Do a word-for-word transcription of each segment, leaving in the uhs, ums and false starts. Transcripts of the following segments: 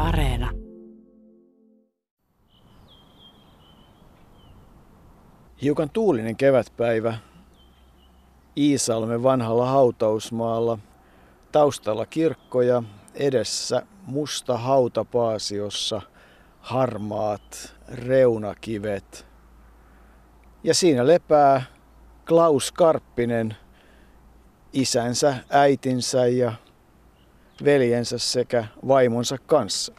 Areena. Hiukan tuulinen kevätpäivä Iisalmen vanhalla hautausmaalla. Taustalla kirkko ja edessä musta hautapaasiossa harmaat reunakivet. Ja siinä lepää Klaus Karppinen isänsä, äitinsä ja veljensä sekä vaimonsa kanssa.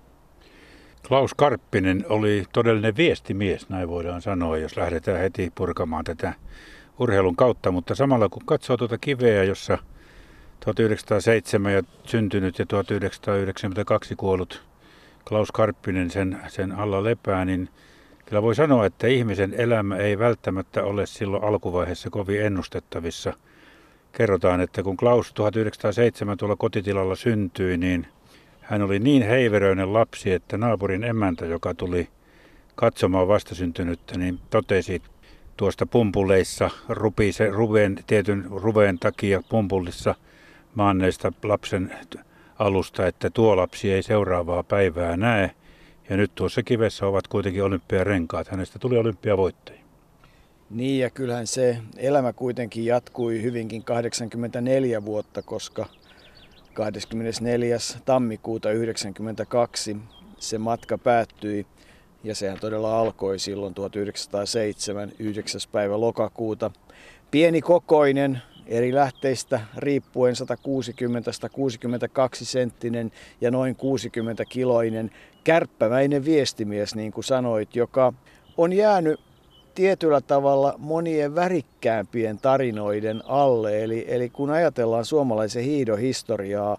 Klaus Karppinen oli todellinen viestimies, näin voidaan sanoa, jos lähdetään heti purkamaan tätä urheilun kautta. Mutta samalla kun katsoo tuota kiveä, jossa tuhatyhdeksänsataaseitsemän ja syntynyt ja tuhatyhdeksänsataayhdeksänkymmentäkaksi kuollut Klaus Karppinen sen, sen alla lepää, niin kyllä voi sanoa, että ihmisen elämä ei välttämättä ole silloin alkuvaiheessa kovin ennustettavissa. Kerrotaan, että kun Klaus tuhatyhdeksänsataaseitsemän tuolla kotitilalla syntyi, niin hän oli niin heiveröinen lapsi, että naapurin emäntä, joka tuli katsomaan vastasyntynyttä, niin totesi tuosta pumpuleissa, rupise, ruveen, tietyn ruveen takia pumpulissa maanneista lapsen alusta, että tuo lapsi ei seuraavaa päivää näe. Ja nyt tuossa kivessä ovat kuitenkin olympiarenkaat. Hänestä tuli olympiavoittaja. Niin, ja kyllähän se elämä kuitenkin jatkui hyvinkin kahdeksankymmentäneljä vuotta, koska kahdeskymmenesneljäs tammikuuta yhdeksänkymmentäkaksi se matka päättyi. Ja sehän todella alkoi silloin tuhatyhdeksänsataaseitsemän, yhdeksäs päivä lokakuuta. Pienikokoinen, eri lähteistä riippuen sata kuusikymmentä kuusikymmentäkaksi senttinen ja noin kuusikymmentä kiloinen kärppämäinen viestimies, niin kuin sanoit, joka on jäänyt tietyllä tavalla monien värikkäämpien tarinoiden alle. Eli, eli kun ajatellaan suomalaisen hiihdon historiaa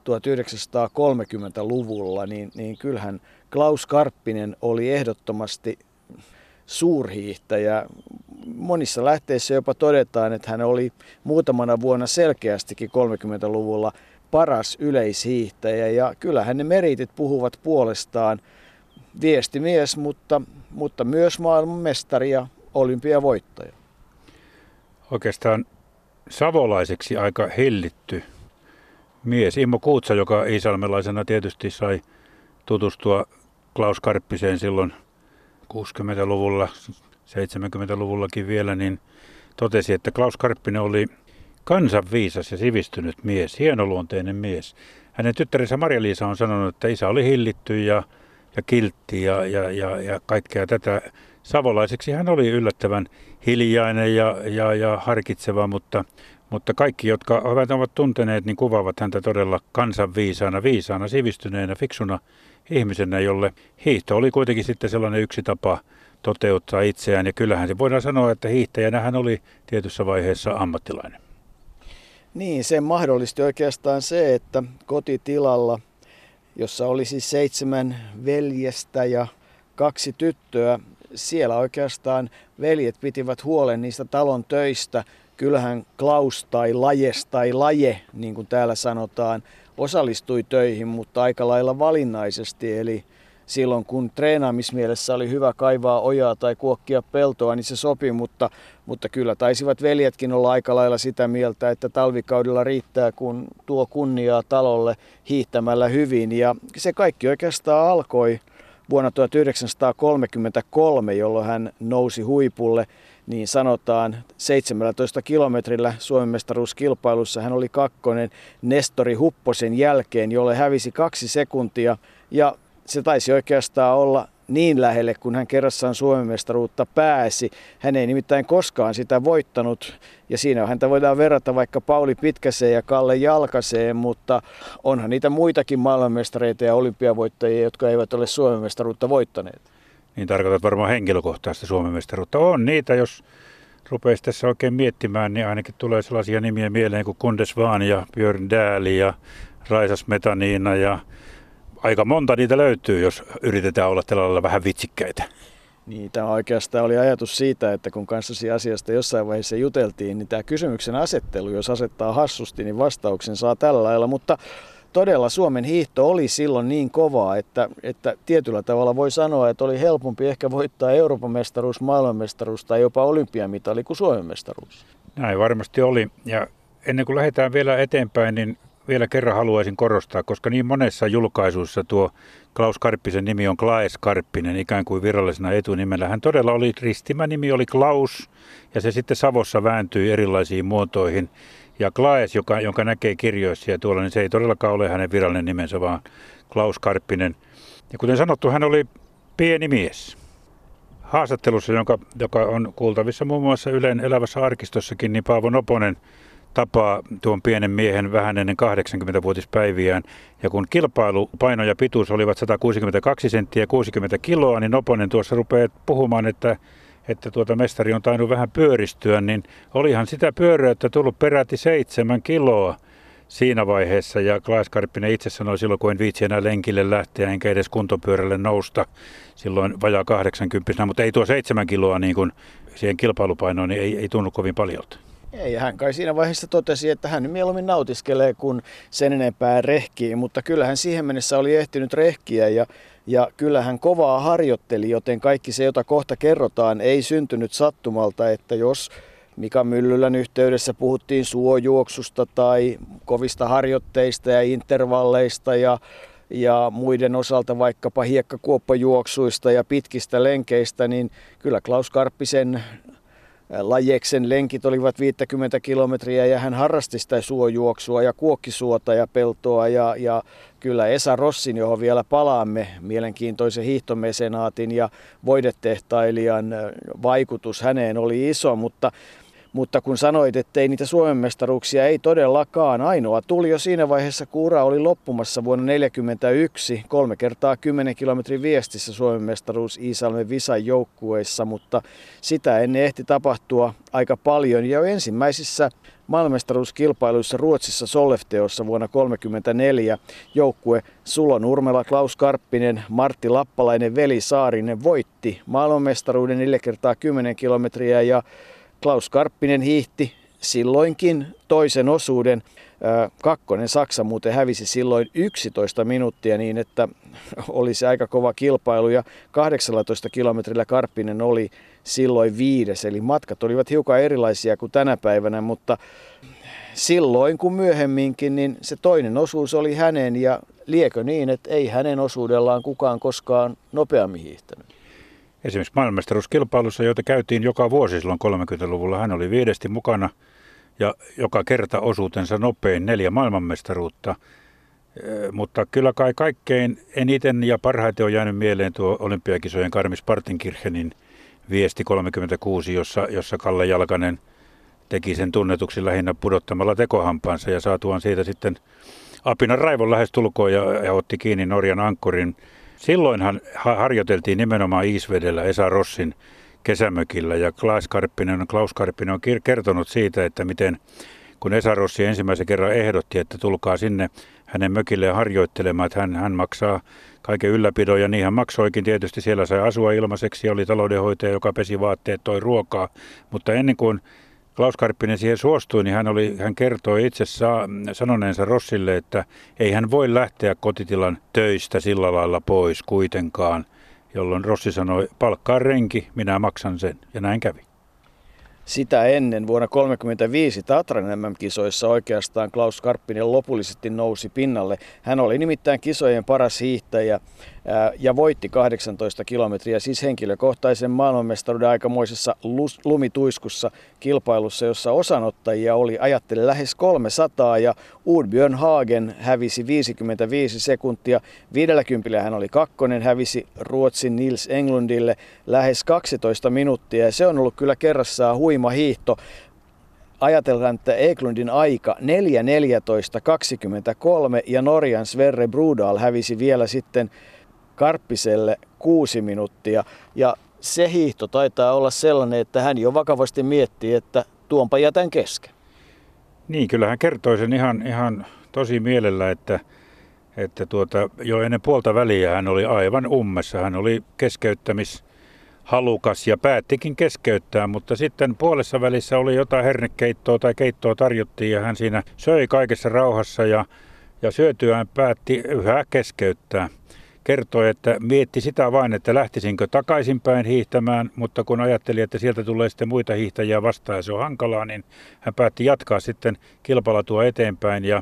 tuhatyhdeksänsataakolmekymmentäluvulla, niin, niin kyllähän Klaus Karppinen oli ehdottomasti suurhiihtäjä. Monissa lähteissä jopa todetaan, että hän oli muutamana vuonna selkeästikin kolmekymmentäluvulla paras yleishiihtäjä. Ja kyllähän ne meritit puhuvat puolestaan. Viestimies, mutta, mutta myös maailmanmestari ja olympiavoittaja. Oikeastaan savolaiseksi aika hillitty mies. Immo Kuutsa, joka iisalmelaisena tietysti sai tutustua Klaus Karppiseen silloin kuusikymmentäluvulla, seitsemänkymmentäluvullakin vielä, niin totesi, että Klaus Karppinen oli kansanviisas ja sivistynyt mies, hienoluonteinen mies. Hänen tyttärensä Marja-Liisa on sanonut, että isä oli hillitty ja, ja kiltti ja, ja, ja, ja kaikkea tätä. Savolaiseksi hän oli yllättävän hiljainen ja, ja, ja harkitseva, mutta, mutta kaikki, jotka ovat tunteneet, niin kuvaavat häntä todella kansanviisaana, viisaana, sivistyneenä, fiksuna ihmisenä, jolle hiihto oli kuitenkin sitten sellainen yksi tapa toteuttaa itseään. Ja kyllähän se voidaan sanoa, että hiihtäjänä hän oli tietyssä vaiheessa ammattilainen. Niin, se mahdollisti oikeastaan se, että kotitilalla, jossa oli siis seitsemän veljestä ja kaksi tyttöä, siellä oikeastaan veljet pitivät huolen niistä talon töistä. Kyllähän Klaus tai Lajes tai Laje, niin kuin täällä sanotaan, osallistui töihin, mutta aika lailla valinnaisesti. Eli silloin kun treenaamismielessä oli hyvä kaivaa ojaa tai kuokkia peltoa, niin se sopi, mutta, mutta kyllä taisivat veljetkin olla aika lailla sitä mieltä, että talvikaudella riittää, kun tuo kunniaa talolle hiihtämällä hyvin. Ja se kaikki oikeastaan alkoi vuonna tuhatyhdeksänsataakolmekymmentäkolme, jolloin hän nousi huipulle, niin sanotaan seitsemäntoista kilometrillä Suomen mestaruuskilpailussa. Hän oli kakkonen Nestori Hupposen jälkeen, jolle hävisi kaksi sekuntia. Ja se taisi oikeastaan olla niin lähelle, kun hän kerrassaan Suomen mestaruutta pääsi. Hän ei nimittäin koskaan sitä voittanut, ja siinä häntä voidaan verrata vaikka Pauli Pitkäseen ja Kalle Jalkaseen, mutta onhan niitä muitakin maailmanmestareita ja olympiavoittajia, jotka eivät ole Suomen mestaruutta voittaneet. Niin tarkoitat varmaan henkilökohtaista Suomen mestaruutta. On niitä, jos rupeisi tässä oikein miettimään, niin ainakin tulee sellaisia nimiä mieleen kuin Gunde Svan ja Björn Dähl ja Raisa Smetaniina ja aika monta niitä löytyy, jos yritetään olla tällä lailla vähän vitsikkäitä. Niin, tämä oikeastaan oli ajatus siitä, että kun kanssasi asiasta jossain vaiheessa juteltiin, niin tämä kysymyksen asettelu, jos asettaa hassusti, niin vastauksen saa tällä lailla. Mutta todella Suomen hiihto oli silloin niin kovaa, että, että tietyllä tavalla voi sanoa, että oli helpompi ehkä voittaa Euroopan mestaruus, maailmanmestaruus tai jopa olympiamitali kuin Suomen mestaruus. Näin varmasti oli. Ja ennen kuin lähdetään vielä eteenpäin, niin vielä kerran haluaisin korostaa, koska niin monessa julkaisuissa tuo Klaus Karppisen nimi on Klaes Karppinen, ikään kuin virallisena etunimellä. Hän todella oli, ristimänimi oli Klaus, ja se sitten Savossa vääntyi erilaisiin muotoihin. Ja Klaes, joka, jonka näkee kirjoissa ja tuolla, niin se ei todellakaan ole hänen virallinen nimensä, vaan Klaus Karppinen. Ja kuten sanottu, hän oli pieni mies. Haastattelussa, jonka, joka on kuultavissa muun muassa Ylen Elävässä arkistossakin, niin Paavo Noponen tapaa tuon pienen miehen vähän ennen kahdeksankymmentävuotispäiviään. Ja kun kilpailupaino ja pituus olivat sata kuusikymmentäkaksi senttiä ja kuusikymmentä kiloa, niin Noponen tuossa rupeaa puhumaan, että, että tuota mestari on tainnut vähän pyöristyä, niin olihan sitä pyöröyttä tullut peräti seitsemän kiloa siinä vaiheessa. Ja Klaas Karppinen itse sanoi silloin, kun en viitsi enää lenkille lähteä, enkä edes kuntopyörälle nousta, silloin vajaa kahdeksankymppisenä, mutta ei tuo seitsemän kiloa niin kuin siihen kilpailupainoon, niin ei, ei tunnu kovin paljolta. Ei, hän kai siinä vaiheessa totesi, että hän mieluummin nautiskelee kuin sen enempää rehkii, mutta kyllähän siihen mennessä oli ehtinyt rehkiä ja, ja kyllähän kovaa harjoitteli, joten kaikki se, jota kohta kerrotaan, ei syntynyt sattumalta, että jos Mika Myllylän yhteydessä puhuttiin suojuoksusta tai kovista harjoitteista ja intervalleista ja, ja muiden osalta vaikkapa hiekkakuoppajuoksuista ja pitkistä lenkeistä, niin kyllä Klaus Karppisen Lajeksen lenkit olivat viisikymmentä kilometriä ja hän harrasti sitä suojuoksua ja kuokkisuota ja peltoa ja, ja kyllä Esa Rossin, johon vielä palaamme, mielenkiintoisen hiihtomesenaatin ja voidetehtailijan vaikutus häneen oli iso, mutta Mutta kun sanoit, että ei niitä Suomen mestaruuksia ei todellakaan, ainoa tuli jo siinä vaiheessa, kun ura oli loppumassa vuonna tuhatyhdeksänsataaneljäkymmentäyksi, kolme kertaa kymmenen kilometrin viestissä Suomen mestaruus Iisalmen Visan joukkueissa, mutta sitä ennen ehti tapahtua aika paljon. Ja ensimmäisissä maailmanmestaruuskilpailuissa Ruotsissa Sollefteåssa vuonna tuhatyhdeksänsataakolmekymmentäneljä joukkue Sulo Nurmela, Klaus Karppinen, Martti Lappalainen, Veli Saarinen voitti maailmanmestaruuden neljä kertaa kymmenen kilometriä ja Klaus Karppinen hiihti silloinkin toisen osuuden. Kakkonen Saksa muuten hävisi silloin yksitoista minuuttia niin, että oli se aika kova kilpailu ja kahdeksallatoista kilometrillä Karppinen oli silloin viides. Eli matkat olivat hiukan erilaisia kuin tänä päivänä, mutta silloin kuin myöhemminkin, niin se toinen osuus oli hänen ja liekö niin, että ei hänen osuudellaan kukaan koskaan nopeammin hiihtänyt. Esimerkiksi maailmanmestaruuskilpailussa, joita käytiin joka vuosi silloin kolmekymmentäluvulla, hän oli viidesti mukana ja joka kerta osuutensa nopein neljä maailmanmestaruutta. E, mutta kyllä kai kaikkein eniten ja parhaiten on jäänyt mieleen tuo olympiakisojen Garmisch-Partenkirchenin viesti kolmekymmentäkuusi, jossa, jossa Kalle Jalkanen teki sen tunnetuksi lähinnä pudottamalla tekohampaansa ja saatuaan siitä sitten apinan raivon lähestulkoon ja, ja otti kiinni Norjan ankkurin. Silloinhan harjoiteltiin nimenomaan Isvedellä Esa Rossin kesämökillä ja Klaus Karppinen, Klaus Karppinen on kertonut siitä, että miten kun Esa Rossi ensimmäisen kerran ehdotti, että tulkaa sinne hänen mökilleen harjoittelemaan, että hän, hän maksaa kaiken ylläpidon ja niin hän maksoikin tietysti, siellä sai asua ilmaiseksi ja oli taloudenhoitaja, joka pesi vaatteet, toi ruokaa, mutta ennen kuin Klaus Karppinen siihen suostui, niin hän, oli, hän kertoi itse saa, sanoneensa Rossille, että ei hän voi lähteä kotitilan töistä sillä lailla pois kuitenkaan, jolloin Rossi sanoi, palkkaa renki, minä maksan sen, ja näin kävi. Sitä ennen vuonna tuhatyhdeksänsataakolmekymmentäviisi Tatran M M-kisoissa oikeastaan Klaus Karppinen lopullisesti nousi pinnalle. Hän oli nimittäin kisojen paras hiihtäjä ja voitti kahdeksantoista kilometriä, siis henkilökohtaisen maailmanmestaruuden aikamoisessa lumituiskussa kilpailussa, jossa osanottajia oli ajattele lähes kolmesataa ja Oddbjörn Hagen hävisi viisikymmentäviisi sekuntia. viidelläkympillä hän oli kakkonen, hävisi Ruotsin Nils Englundille lähes kaksitoista minuuttia ja se on ollut kyllä kerrassaan huima hiihto. Ajatellaan, että Eklundin aika neljä neljätoista kaksikymmentäkolme ja Norjan Sverre Brodal hävisi vielä sitten Karppiselle kuusi minuuttia. Ja se hiihto taitaa olla sellainen, että hän jo vakavasti miettii, että tuonpa jätän kesken. Niin, kyllä hän kertoi sen ihan, ihan tosi mielellä, että, että tuota, jo ennen puolta väliä hän oli aivan ummessa. Hän oli keskeyttämis halukas ja päättikin keskeyttää, mutta sitten puolessa välissä oli jotain hernekeittoa tai keittoa tarjottiin ja hän siinä söi kaikessa rauhassa ja, ja syötyään päätti yhä keskeyttää. Kertoi, että mietti sitä vain, että lähtisinkö takaisinpäin hiihtämään, mutta kun ajatteli, että sieltä tulee sitten muita hiihtäjiä vastaan ja se on hankalaa, niin hän päätti jatkaa sitten kilpalatua eteenpäin ja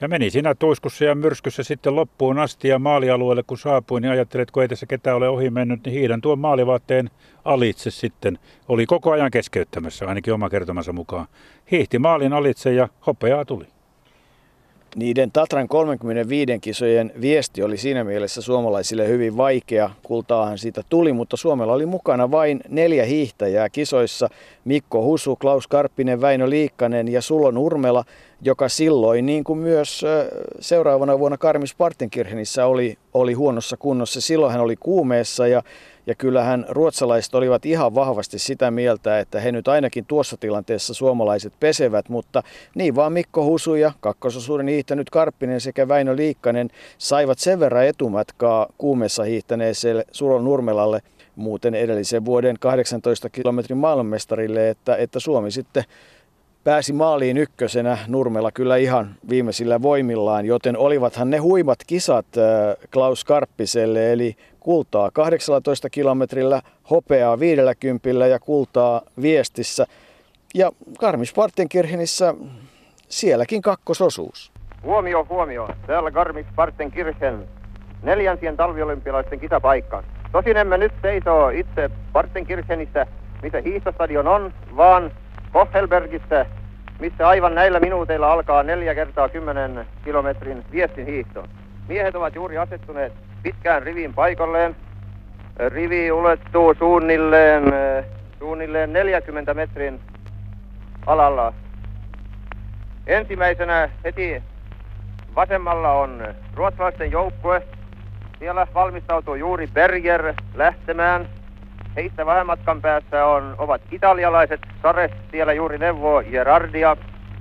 Ja meni siinä tuiskussa ja myrskyssä sitten loppuun asti ja maalialueelle kun saapuin, niin ajattelin, että kun ei tässä ketään ole ohi mennyt, niin hiihdän tuon maalivaatteen alitse sitten. Oli koko ajan keskeyttämässä, ainakin oma kertomansa mukaan. Hiihti maalin alitse ja hopeaa tuli. Niiden Tatran kolmekymmentäviisi kisojen viesti oli siinä mielessä suomalaisille hyvin vaikea. Kultaahan siitä tuli, mutta Suomella oli mukana vain neljä hiihtäjää kisoissa. Mikko Husu, Klaus Karppinen, Väinö Liikkanen ja Sulo Nurmela, joka silloin, niin kuin myös seuraavana vuonna Garmisch-Partenkirchenissä oli, oli huonossa kunnossa. Silloin hän oli kuumeessa ja Ja kyllähän ruotsalaiset olivat ihan vahvasti sitä mieltä, että he nyt ainakin tuossa tilanteessa suomalaiset pesevät, mutta niin vaan Mikko Husu ja kakkososuuden hiihtänyt Karppinen sekä Väinö Liikkanen saivat sen verran etumatkaa kuumeessa hiihtäneeseen Sulo Nurmelalle, muuten edellisen vuoden kahdeksantoista kilometrin maailmanmestarille, että, että Suomi sitten pääsi maaliin ykkösenä, Nurmela kyllä ihan viimeisillä voimillaan, joten olivathan ne huimat kisat Klaus Karppiselle, eli kultaa kahdeksallatoista kilometrillä, hopeaa viidelläkympillä ja kultaa viestissä. Ja Garmisch-Partenkirchenissä sielläkin kakkososuus. Huomio, huomio. Täällä Garmisch-Partenkirchen neljänsien talviolympialaisten kisapaikka. Tosin emme nyt seisoo itse Partenkirchenissä, missä hiihtostadion on, vaan Kochelbergissä, missä aivan näillä minuuteilla alkaa neljä kertaa kymmenen kilometrin viestin hiihto. Miehet ovat juuri asettuneet pitkään riviin paikalleen. Rivi ulettuu suunnilleen, suunnilleen neljäkymmentä metrin alalla. Ensimmäisenä heti vasemmalla on ruotsalaisten joukkue. Siellä valmistautuu juuri Berger lähtemään. Heistä vähän matkan päässä on, ovat italialaiset. Sares siellä juuri neuvoo Gerardia.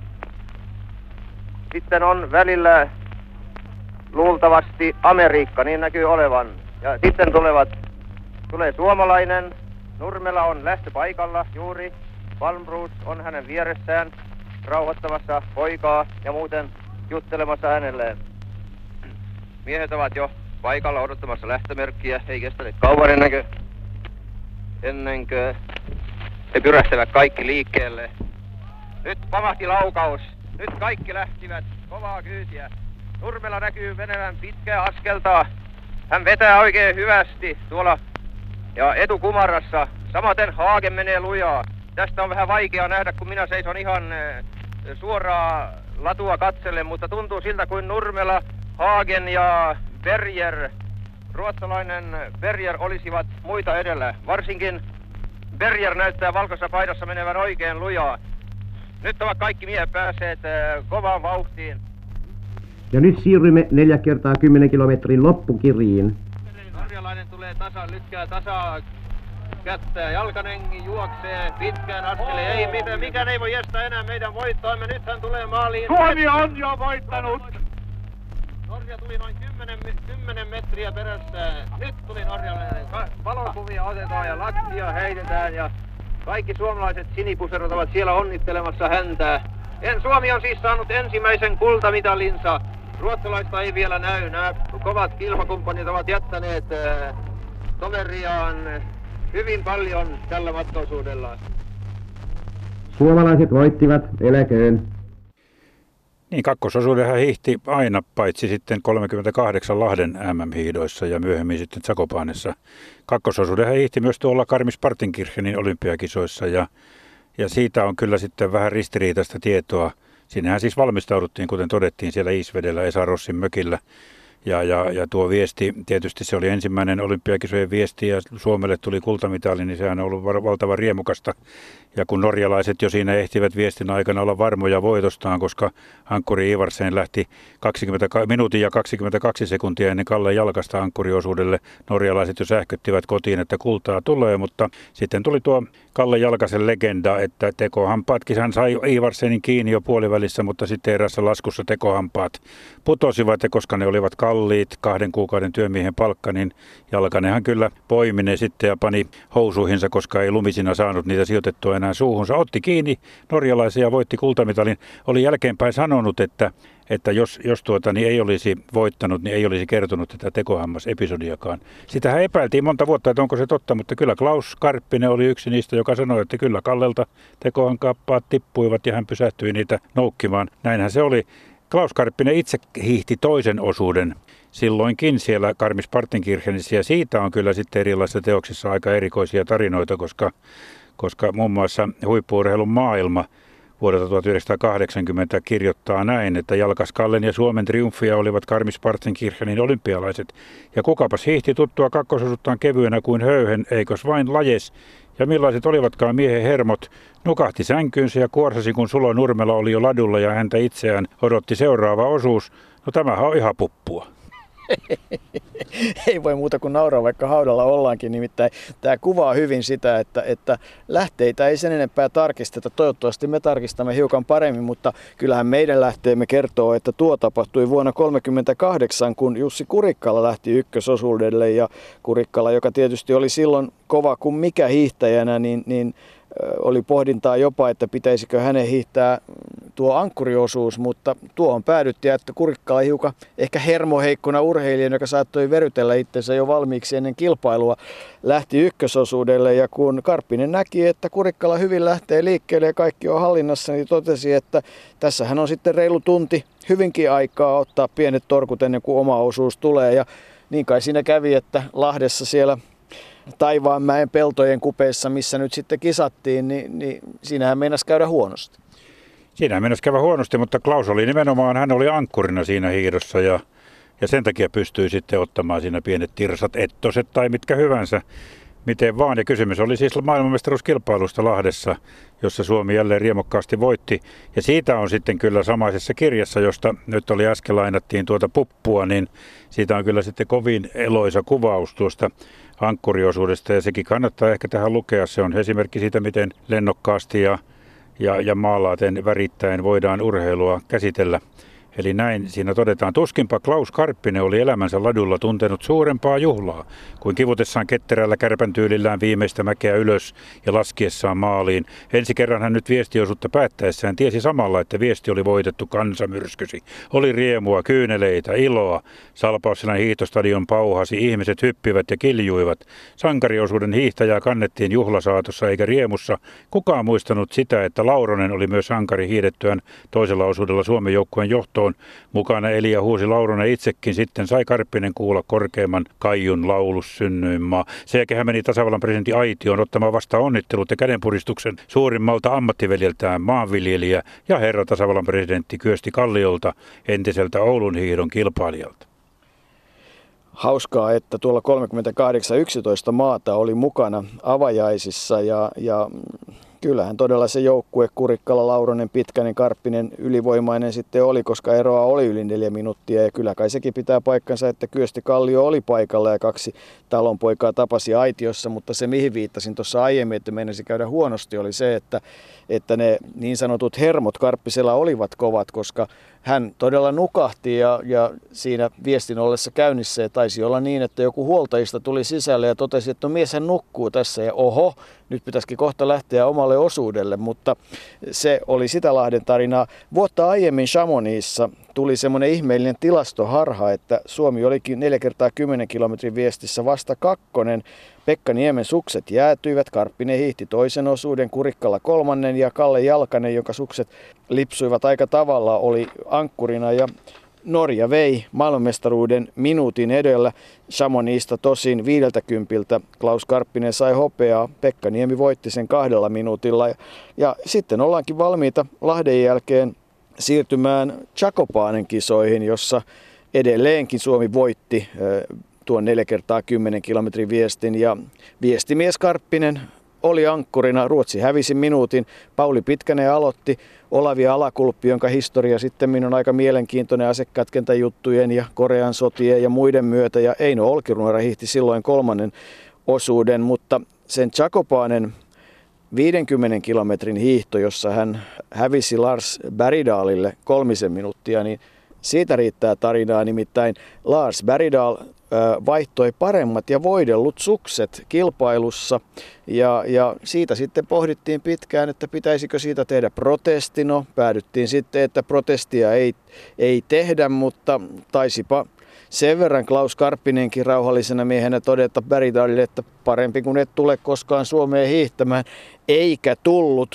Sitten on välillä luultavasti Amerikka, niin näkyy olevan. Ja sitten tulevat, tulee suomalainen. Nurmela on lähtöpaikalla juuri. Palmroos on hänen vieressään rauhoittamassa poikaa ja muuten juttelemassa hänelleen. Miehet ovat jo paikalla odottamassa lähtömerkkiä. Ei kestänyt kauan ennen kuin, ennen kuin he pyrähtävät kaikki liikkeelle. Nyt pamahti laukaus. Nyt kaikki lähtivät kovaa kyytiä. Nurmela näkyy menevän pitkää askeltaa. Hän vetää oikein hyvästi tuolla ja etukumarassa. Samaten Hagen menee lujaa. Tästä on vähän vaikea nähdä, kun minä seison ihan suoraa latua katsellen, mutta tuntuu siltä kuin Nurmela, Hagen ja Berger, ruotsalainen Berger olisivat muita edellä. Varsinkin Berger näyttää valkoisessa paidassa menevän oikein lujaa. Nyt ovat kaikki miehet päässeet kovaan vauhtiin. Ja nyt siirrymme neljä kertaa kymmenen kilometrin loppukiriin. Norjalainen tulee tasa, lykkää tasaa kättä. Jalkanen juoksee pitkään askeleen. Ei mitään, mikään ei voi estää enää meidän voittoamme. Nyt hän tulee maaliin. Suomi on jo voittanut! Norja tuli noin kymmenen metriä perässä. Nyt tuli norjalainen. Valokuvia otetaan ja lakkia heitetään ja kaikki suomalaiset sinipuserot ovat siellä onnittelemassa häntä. En, Suomi on siis saanut ensimmäisen kultamitalinsa. Ruotsalaista ei vielä näy. Nämä kovat kilpakumppanit ovat jättäneet äh, toveriaan hyvin paljon tällä matkaosuudella. Suomalaiset voittivat, eläköön. Niin, kakkososuuden hän hiihti aina, paitsi sitten kolmekymmentäkahdeksan Lahden M M-hiidoissa ja myöhemmin sitten Zakopanessa. Kakkososuuden hän hiihti myös tuolla Garmisch-Partenkirchenin olympiakisoissa ja, ja siitä on kyllä sitten vähän ristiriitaista tietoa. Siinähän siis valmistauduttiin, kuten todettiin, siellä Isvedellä Esa Rossin mökillä. Ja, ja, ja tuo viesti, tietysti se oli ensimmäinen olympiakisojen viesti ja Suomelle tuli kultamitali, niin sehän on ollut valtavan riemukasta. Ja kun norjalaiset jo siinä ehtivät viestin aikana olla varmoja voitostaan, koska ankkuri Ivarsen lähti kaksikymmentä minuutin ja kaksikymmentäkaksi sekuntia ennen Kalle Jalkasta ankkuriosuudelle. Norjalaiset jo sähköttivät kotiin, että kultaa tulee, mutta sitten tuli tuo Kalle Jalkasen legenda, että tekohampaatkin hän sai Ivarsenin kiinni jo puolivälissä, mutta sitten erässä laskussa tekohampaat putosivat ja koska ne olivat kalliit, kahden kuukauden työmiehen palkka, niin Jalkanenhan kyllä poimi ne sitten ja pani housuihinsa, koska ei lumisina saanut niitä sijoitettua enää suuhunsa. Otti kiinni norjalaisia ja voitti kultamitalin. Oli jälkeenpäin sanonut, että, että jos, jos tuota, niin ei olisi voittanut, niin ei olisi kertonut tätä tekohammas-episodiakaan. Sitähän epäiltiin monta vuotta, että onko se totta, mutta kyllä Klaus Karppinen oli yksi niistä, joka sanoi, että kyllä Kallelta tekohampaat tippuivat ja hän pysähtyi niitä noukkimaan. Näinhän se oli. Klaus Karppinen itse hiihti toisen osuuden silloinkin siellä Garmisch-Partenkirchenissä, ja siitä on kyllä sitten erilaisissa teoksissa aika erikoisia tarinoita, koska, koska muun muassa huippu-urheilun maailma vuodelta tuhatyhdeksänsataakahdeksankymmentä kirjoittaa näin, että Jalkaskallen ja Suomen triumfia olivat Garmisch-Partenkirchenin olympialaiset, ja kukapas hiihti tuttua kakkososuuttaan kevyenä kuin höyhen, eikös vain lajes, ja millaiset olivatkaan miehen hermot, nukahti sänkyynsä ja kuorsasi, kun Sulo Nurmela oli jo ladulla ja häntä itseään odotti seuraava osuus. No tämähän on ihan puppua. Ei voi muuta kuin nauraa, vaikka haudalla ollaankin. Nimittäin tämä kuvaa hyvin sitä, että, että lähteitä ei sen enempää tarkisteta. Toivottavasti me tarkistamme hiukan paremmin, mutta kyllähän meidän lähteemme kertoo, että tuo tapahtui vuonna tuhatyhdeksänsataakolmekymmentäkahdeksan, kun Jussi Kurikkala lähti ykkösosuudelle. Ja Kurikkala, joka tietysti oli silloin kova kuin mikä hiihtäjänä, niin, niin oli pohdintaa jopa, että pitäisikö hänen hiihtää tuo ankkuriosuus, mutta tuohon päädyttiin, että Kurikkala hiukan ehkä hermoheikkona urheilijana, joka saattoi verytellä itsensä jo valmiiksi ennen kilpailua, lähti ykkösosuudelle, ja kun Karppinen näki, että Kurikkala hyvin lähtee liikkeelle ja kaikki on hallinnassa, niin totesi, että tässähän on sitten reilu tunti hyvinkin aikaa ottaa pienet torkut ennen kuin oma osuus tulee, ja niin kai siinä kävi, että Lahdessa siellä Taivaanmäen peltojen kupeissa, missä nyt sitten kisattiin, niin, niin siinähän meinasi käydä huonosti. Siinähän meinasi käydä huonosti, mutta Klaus oli nimenomaan, hän oli ankkurina siinä hiidossa ja, ja sen takia pystyi sitten ottamaan siinä pienet tirsat, ettoset tai mitkä hyvänsä, miten vaan. Ja kysymys oli siis maailmanmestaruuskilpailusta Lahdessa, jossa Suomi jälleen riemokkaasti voitti. Ja siitä on sitten kyllä samaisessa kirjassa, josta nyt oli äsken lainattiin tuota puppua, niin siitä on kyllä sitten kovin eloisa kuvaus tuosta ankkuriosuudesta, ja sekin kannattaa ehkä tähän lukea. Se on esimerkki siitä, miten lennokkaasti ja, ja, ja maalaaten värittäen voidaan urheilua käsitellä. Eli näin siinä todetaan, tuskinpa Klaus Karppinen oli elämänsä ladulla tuntenut suurempaa juhlaa, kuin kivutessaan ketterällä kärpäntyylillään viimeistä mäkeä ylös ja laskiessaan maaliin. Ensi kerran hän nyt viestiosuutta päättäessään tiesi samalla, että viesti oli voitettu kansamyrskysi. Oli riemua, kyyneleitä, iloa. Salpausselän hiihtostadion pauhasi, ihmiset hyppivät ja kiljuivat. Sankariosuuden hiihtäjää kannettiin juhlasaatossa eikä riemussa. Kukaan muistanut sitä, että Lauronen oli myös sankari hiidettyään toisella osuudella Suomen joukkueen johtoon. Mukana eli ja huusi Lauronen itsekin, sitten sai Karppinen kuulla korkeimman Kaijun laulus synnyinmaa. Sen jälkeen hän meni tasavallan presidentin aitioon ottamaan vastaan onnittelut ja kädenpuristuksen suurimmalta ammattiveljeltään maanviljelijä ja herra tasavallan presidentti Kyösti Kalliolta, entiseltä Oulun hiihdon kilpailijalta. Hauskaa, että tuolla kolmekymmentäkahdeksan yksitoista maata oli mukana avajaisissa ja, ja kyllähän todella se joukkue Kurikkala, Lauronen, Pitkänen, Karppinen ylivoimainen sitten oli, koska eroa oli yli neljä minuuttia, ja kyllä kai sekin pitää paikkansa, että Kyösti Kallio oli paikalla ja kaksi talonpoikaa tapasi aitiossa, mutta se mihin viittasin tuossa aiemmin, että meinasi käydä huonosti, oli se, että, että ne niin sanotut hermot Karppisella olivat kovat, koska hän todella nukahti ja, ja siinä viestin ollessa käynnissä ja taisi olla niin, että joku huoltajista tuli sisälle ja totesi, että no mies hän nukkuu tässä ja oho, nyt pitäisikin kohta lähteä omalle osuudelle, mutta se oli sitä Lahden tarinaa. Vuotta aiemmin Chamonixissa tuli semmoinen ihmeellinen tilastoharha, että Suomi olikin neljä kertaa kymmenen kilometrin viestissä vasta kakkonen. Pekka Niemen sukset jäätyivät, Karppinen hiihti toisen osuuden, Kurikkala kolmannen ja Kalle Jalkanen, jonka sukset lipsuivat aika tavalla, oli ankkurina ja Norja vei maailmanmestaruuden minuutin edellä. Chamonixista tosin viideltä kympiltä Klaus Karppinen sai hopeaa, Pekka Niemi voitti sen kahdella minuutilla ja, ja sitten ollaankin valmiita Lahden jälkeen siirtymään Chakopanen kisoihin, jossa edelleenkin Suomi voitti tuon neljä kertaa kymmenen kilometrin viestin ja viestimies Karppinen oli ankkurina. Ruotsi hävisi minuutin. Pauli Pitkänen aloitti. Olavi Alakulppi, jonka historia sitten on aika mielenkiintoinen asekätkentäjuttujen ja Korean sotien ja muiden myötä. Ja Eino Olkinuora hiihti silloin kolmannen osuuden, mutta sen Chakopanen viidenkymmenen kilometrin hiihto, jossa hän hävisi Lars Bergdahlille kolmisen minuuttia, niin siitä riittää tarinaa. Nimittäin Lars Bergdahl vaihtoi paremmat ja voidellut sukset kilpailussa ja, ja siitä sitten pohdittiin pitkään, että pitäisikö siitä tehdä protesti. No, päädyttiin sitten, että protestia ei, ei tehdä, mutta taisipa sen verran Klaus Karppinenkin rauhallisena miehenä todeta Bergdahlille, että parempi kun et tule koskaan Suomeen hiihtämään, eikä tullut.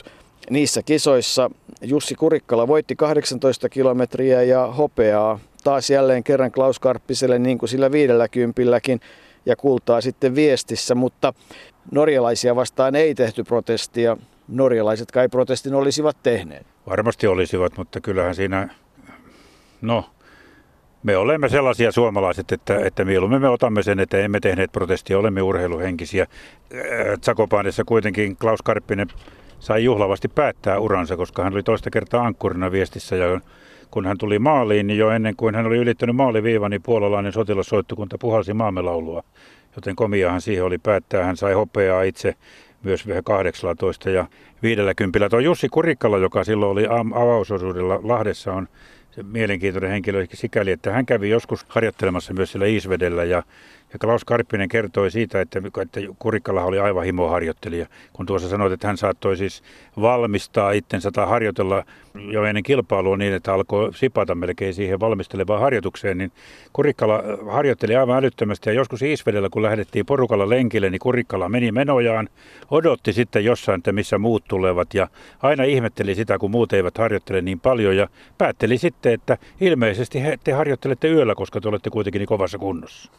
niissä kisoissa Jussi Kurikkala voitti kahdeksantoista kilometriä ja hopeaa taas jälleen kerran Klaus Karppiselle niin kuin sillä viidelläkympilläkin ja kultaa sitten Viestissä, mutta norjalaisia vastaan ei tehty protestia. Norjalaiset kai protestin olisivat tehneet. Varmasti olisivat, mutta kyllähän siinä, no me olemme sellaisia suomalaiset, että, että mieluummin me otamme sen, että emme tehneet protestia, olemme urheiluhenkisiä. Zakopanessa kuitenkin Klaus Karppinen sai juhlavasti päättää uransa, koska hän oli toista kertaa ankkurina Viestissä ja kun hän tuli maaliin, niin jo ennen kuin hän oli ylittänyt maaliviivan, niin puolalainen sotilassoittokunta puhalsi maamelaulua. Joten komiahan siihen oli päättää. Hän sai hopeaa itse myös kahdeksallatoista ja viidelläkympillä. Tuo Jussi Kurikkala, joka silloin oli avausosuudella Lahdessa, on se mielenkiintoinen henkilö sikäli, että hän kävi joskus harjoittelemassa myös siellä Iisvedellä ja Ja Klaus Karppinen kertoi siitä, että, että Kurikkala oli aivan himoharjoittelija. Kun tuossa sanoit, että hän saattoi siis valmistaa itsensä tai harjoitella jo ennen kilpailua niin, että alkoi sipata melkein siihen valmistelevaan harjoitukseen, niin Kurikkala harjoitteli aivan älyttömästi. Ja joskus Iisvedellä, kun lähdettiin porukalla lenkille, niin Kurikkala meni menojaan, odotti sitten jossain, että missä muut tulevat. Ja aina ihmetteli sitä, kun muut eivät harjoittele niin paljon. Ja päätteli sitten, että ilmeisesti he, te harjoittelette yöllä, koska te olette kuitenkin niin kovassa kunnossa.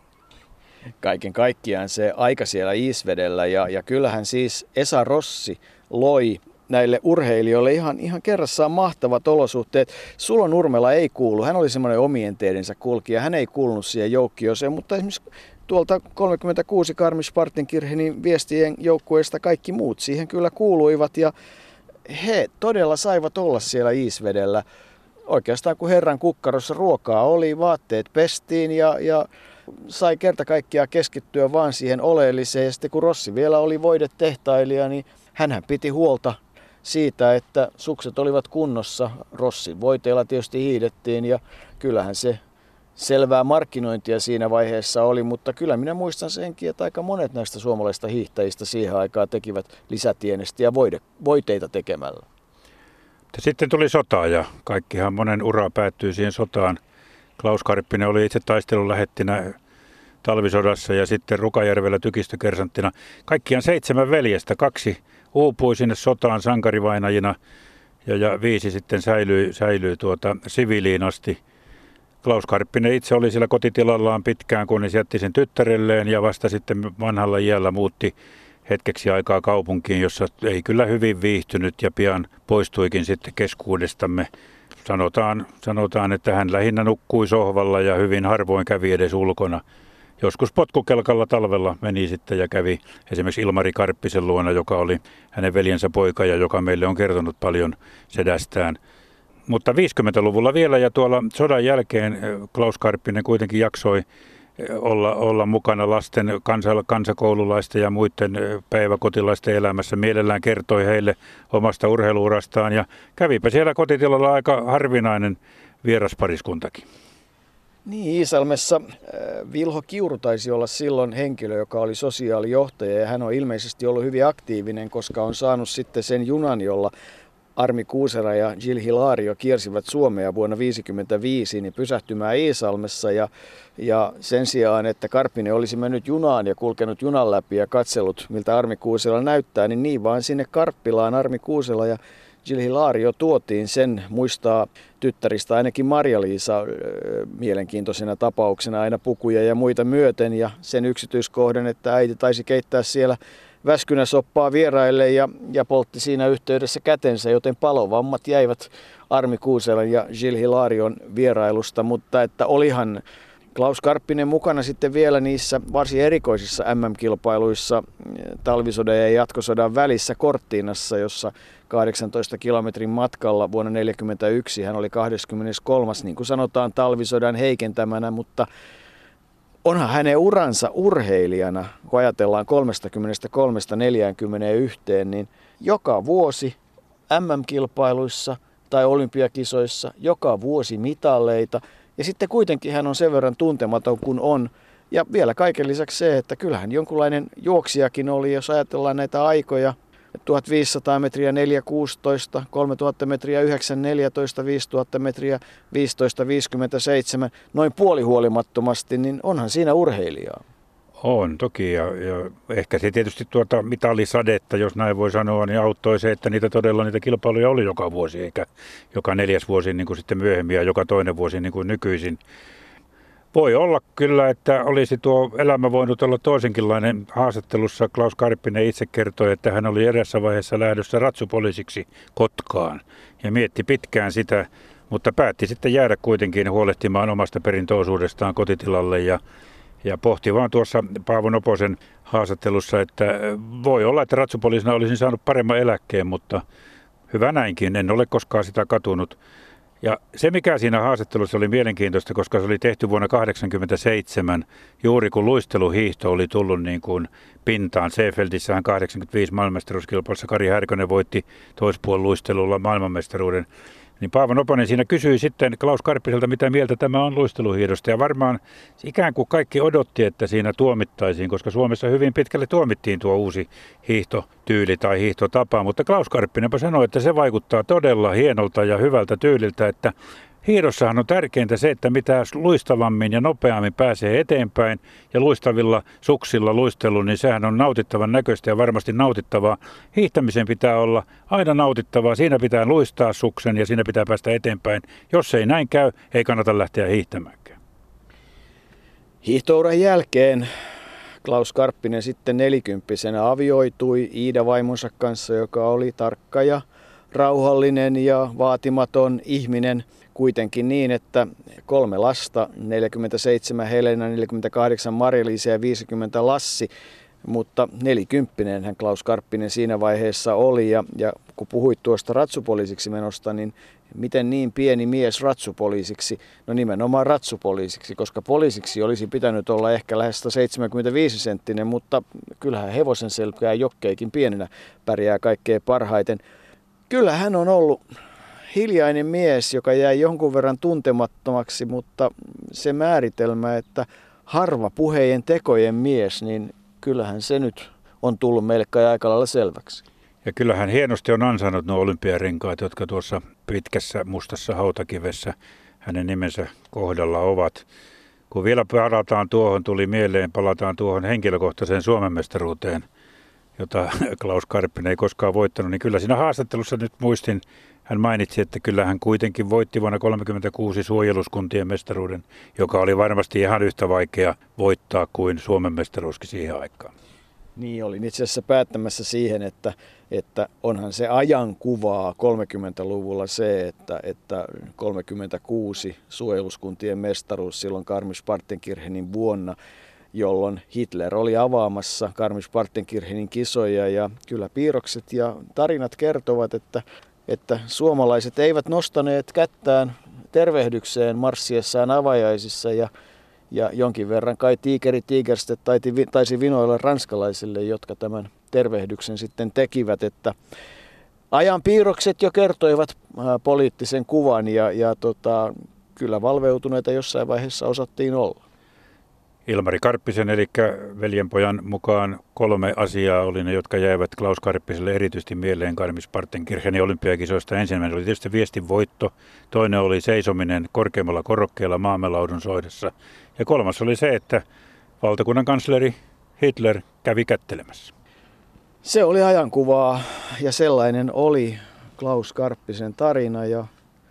Kaiken kaikkiaan se aika siellä Iisvedellä ja, ja kyllähän siis Esa Rossi loi näille urheilijoille ihan, ihan kerrassaan mahtavat olosuhteet. Sulo Nurmela ei kuulu, hän oli semmoinen omien teidensä kulkija, hän ei kuulunut siihen joukkioseen, mutta esimerkiksi tuolta kolmekymmentäkuusi Garmisch-Partenkirchenin Viestien joukkueesta kaikki muut siihen kyllä kuuluivat ja he todella saivat olla siellä Iisvedellä. Oikeastaan kun herran kukkarossa ruokaa oli, vaatteet pestiin ja, ja sai kerta kaikkiaan keskittyä vaan siihen oleelliseen. Ja sitten kun Rossi vielä oli voidetehtailija, niin hänhän piti huolta siitä, että sukset olivat kunnossa. Rossin voiteilla tietysti hiidettiin ja kyllähän se selvää markkinointia siinä vaiheessa oli, mutta kyllä minä muistan senkin, että aika monet näistä suomalaisista hiihtäjistä siihen aikaan tekivät lisätienestiä voide, voiteita tekemällä. Sitten tuli sota ja kaikkihan monen ura päättyi siihen sotaan. Klaus Karppinen oli itse taistelun lähettinä talvisodassa ja sitten Rukajärvellä tykistökersanttina. Kaikkiaan seitsemän veljestä, kaksi uupui sinne sotaan sankarivainajina ja, ja viisi sitten säilyi, säilyi tuota siviiliin asti. Klaus Karppinen itse oli siellä kotitilallaan pitkään, kunnes jätti sen tyttärelleen ja vasta sitten vanhalla iällä muutti hetkeksi aikaa kaupunkiin, jossa ei kyllä hyvin viihtynyt ja pian poistuikin sitten keskuudestamme. Sanotaan, sanotaan, että hän lähinnä nukkui sohvalla ja hyvin harvoin kävi edes ulkona. Joskus potkukelkalla talvella meni sitten ja kävi esimerkiksi Ilmari Karppisen luona, joka oli hänen veljensä poika ja joka meille on kertonut paljon sedästään. Mutta viisikymmentäluvulla vielä ja tuolla sodan jälkeen Klaus Karppinen kuitenkin jaksoi olla, olla mukana lasten kansa, kansakoululaisten ja muiden päiväkotilaisten elämässä. Mielellään kertoi heille omasta urheiluurastaan ja kävipä siellä kotitilalla aika harvinainen vieraspariskuntakin. Niin, Iisalmessa Vilho Kiuru taisi olla silloin henkilö, joka oli sosiaalijohtaja ja hän on ilmeisesti ollut hyvin aktiivinen, koska on saanut sitten sen junan, jolla Armi Kuusela ja Gil Hilario kiersivät Suomea vuonna tuhatyhdeksänsataayhdeksänkymmentäviisi niin pysähtymään Iisalmessa ja, ja sen sijaan, että Karppinen olisi mennyt junaan ja kulkenut junan läpi ja katsellut, miltä Armi Kuusela näyttää, niin niin vaan sinne Karppilaan Armi Kuusela ja Gil Hilario tuotiin. Sen muistaa tyttäristä ainakin Marja-Liisa mielenkiintoisena tapauksena aina pukuja ja muita myöten ja sen yksityiskohdan, että äiti taisi keittää siellä väskynäsoppaa vieraille ja, ja poltti siinä yhteydessä kätensä, joten palovammat jäivät Armi Kuuselan ja Gil Hilarion vierailusta, mutta että olihan Klaus Karppinen mukana sitten vielä niissä varsin erikoisissa M M-kilpailuissa talvisodan ja jatkosodan välissä Cortinassa, jossa kahdeksantoista kilometrin matkalla vuonna tuhatyhdeksänsataaneljäkymmentäyksi hän oli kaksikymmentäkolmas, niin kuin sanotaan, talvisodan heikentämänä, mutta onhan hänen uransa urheilijana, kun ajatellaan kolmekymmentäkolme neljäänkymmeneenyhteen, niin joka vuosi M M-kilpailuissa tai olympiakisoissa, joka vuosi mitalleita. Ja sitten kuitenkin hän on sen verran tuntematon kuin on. Ja vielä kaiken lisäksi se, että kyllähän jonkunlainen juoksijakin oli, jos ajatellaan näitä aikoja. tuhatviisisataa metriä neljä kuusitoista, kolmetuhatta metriä yhdeksän neljätoista, viisituhatta metriä viisitoista viisikymmentäseitsemän, noin puolihuolimattomasti, niin onhan siinä urheilijaa. On toki ja, ja ehkä se tietysti tuota mitalisadetta, jos näin voi sanoa, niin auttoi se, että niitä todella niitä kilpailuja oli joka vuosi, eikä joka neljäs vuosi niin kuin sitten myöhemmin ja joka toinen vuosi niin kuin nykyisin. Voi olla kyllä, että olisi tuo elämä voinut olla toisenkinlainen. Haastattelussa Klaus Karppinen itse kertoi, että hän oli erässä vaiheessa lähdössä ratsupoliisiksi Kotkaan ja mietti pitkään sitä, mutta päätti sitten jäädä kuitenkin huolehtimaan omasta perintöosuudestaan kotitilalle ja, ja pohti vaan tuossa Paavo Noposen haastattelussa, että voi olla, että ratsupoliisina olisin saanut paremman eläkkeen, mutta hyvä näinkin, en ole koskaan sitä katunut. Ja se, mikä siinä haastattelussa oli mielenkiintoista, koska se oli tehty vuonna tuhatyhdeksänsataakahdeksankymmentäseitsemän, juuri kun luisteluhiihto oli tullut niin kuin pintaan. Seefeldissähän kahdeksankymmentäviisi maailmanmestaruuskilpailussa Kari Härkönen voitti toispuolen luistelulla maailmanmestaruuden. Niin Paavo Noponen siinä kysyi sitten Klaus Karppiselta, mitä mieltä tämä on luisteluhiihdosta. Ja varmaan ikään kuin kaikki odotti, että siinä tuomittaisiin, koska Suomessa hyvin pitkälle tuomittiin tuo uusi hiihtotyyli tai hiihtotapa. Mutta Klaus Karppinenpa sanoi, että se vaikuttaa todella hienolta ja hyvältä tyyliltä, että hiihdossahan on tärkeintä se, että mitä luistavammin ja nopeammin pääsee eteenpäin ja luistavilla suksilla luistelu, niin sehän on nautittavan näköistä ja varmasti nautittavaa. Hiihtämisen pitää olla aina nautittavaa, siinä pitää luistaa suksen ja siinä pitää päästä eteenpäin. Jos ei näin käy, ei kannata lähteä hiihtämäänkään. Hiihtouran jälkeen Klaus Karppinen sitten nelikymppisenä avioitui Iida-vaimonsa kanssa, joka oli tarkka ja rauhallinen ja vaatimaton ihminen. Kuitenkin niin, että kolme lasta, neljäkymmentäseitsemän Helena, neljäkymmentäkahdeksan Marja-Liisa ja viisikymmentä Lassi, mutta nelikymppinen hän Klaus Karppinen siinä vaiheessa oli. Ja, ja kun puhuit tuosta ratsupoliisiksi menosta, niin miten niin pieni mies ratsupoliisiksi? No nimenomaan ratsupoliisiksi, koska poliisiksi olisi pitänyt olla ehkä lähes sata seitsemänkymmentäviisi senttinen, mutta kyllähän hevosen selkää jokkeikin pienenä pärjää kaikkein parhaiten. Kyllä hän on ollut hiljainen mies, joka jäi jonkun verran tuntemattomaksi, mutta se määritelmä, että harva puheiden tekojen mies, niin kyllähän se nyt on tullut meille kai aika lailla selväksi. Ja kyllähän hienosti on ansainnut nuo olympiarenkaat, jotka tuossa pitkässä mustassa hautakivessä hänen nimensä kohdalla ovat. Kun vielä palataan tuohon, tuli mieleen, palataan tuohon henkilökohtaiseen Suomen mestaruuteen, jota Klaus Karppinen ei koskaan voittanut, niin kyllä siinä haastattelussa nyt muistin, hän mainitsi, että kyllä hän kuitenkin voitti vuonna tuhatyhdeksänsataakolmekymmentäkuusi suojeluskuntien mestaruuden, joka oli varmasti ihan yhtä vaikea voittaa kuin Suomen mestaruuskin siihen aikaan. Niin, olin itse asiassa päättämässä siihen, että, että onhan se ajankuvaa kolmekymmentäluvulla se, että, että kolmekymmentäkuusi suojeluskuntien mestaruus silloin Garmisch-Partenkirchenin vuonna, jolloin Hitler oli avaamassa Garmisch-Partenkirchenin kisoja ja kyllä piirrokset ja tarinat kertovat, että että suomalaiset eivät nostaneet kättään tervehdykseen marssiessaan avajaisissa ja, ja jonkin verran kai Tiikeri Tigerstedt taisi vinoilla ranskalaisille, jotka tämän tervehdyksen sitten tekivät, että ajan piirrokset jo kertoivat poliittisen kuvan ja, ja tota, kyllä valveutuneita jossain vaiheessa osattiin olla. Ilmari Karppisen, eli veljenpojan mukaan kolme asiaa oli ne, jotka jäivät Klaus Karppiselle erityisesti mieleen Garmisch-Partenkirchenin olympiakisoista. Ensimmäinen oli tietysti viestin voitto, toinen oli seisominen korkeammalla korokkeella maamelaudun soidessa ja kolmas oli se, että valtakunnan kansleri Hitler kävi kättelemässä. Se oli ajankuvaa ja sellainen oli Klaus Karppisen tarina ja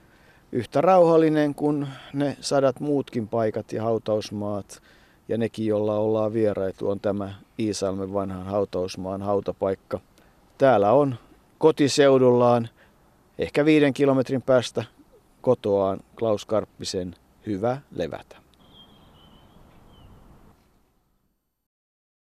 yhtä rauhallinen kuin ne sadat muutkin paikat ja hautausmaat. Ja nekin, jolla ollaan vieraitu, on tämä Iisalmen vanhan hautausmaan hautapaikka. Täällä on kotiseudullaan, ehkä viiden kilometrin päästä kotoaan Klaus Karppisen hyvä levätä.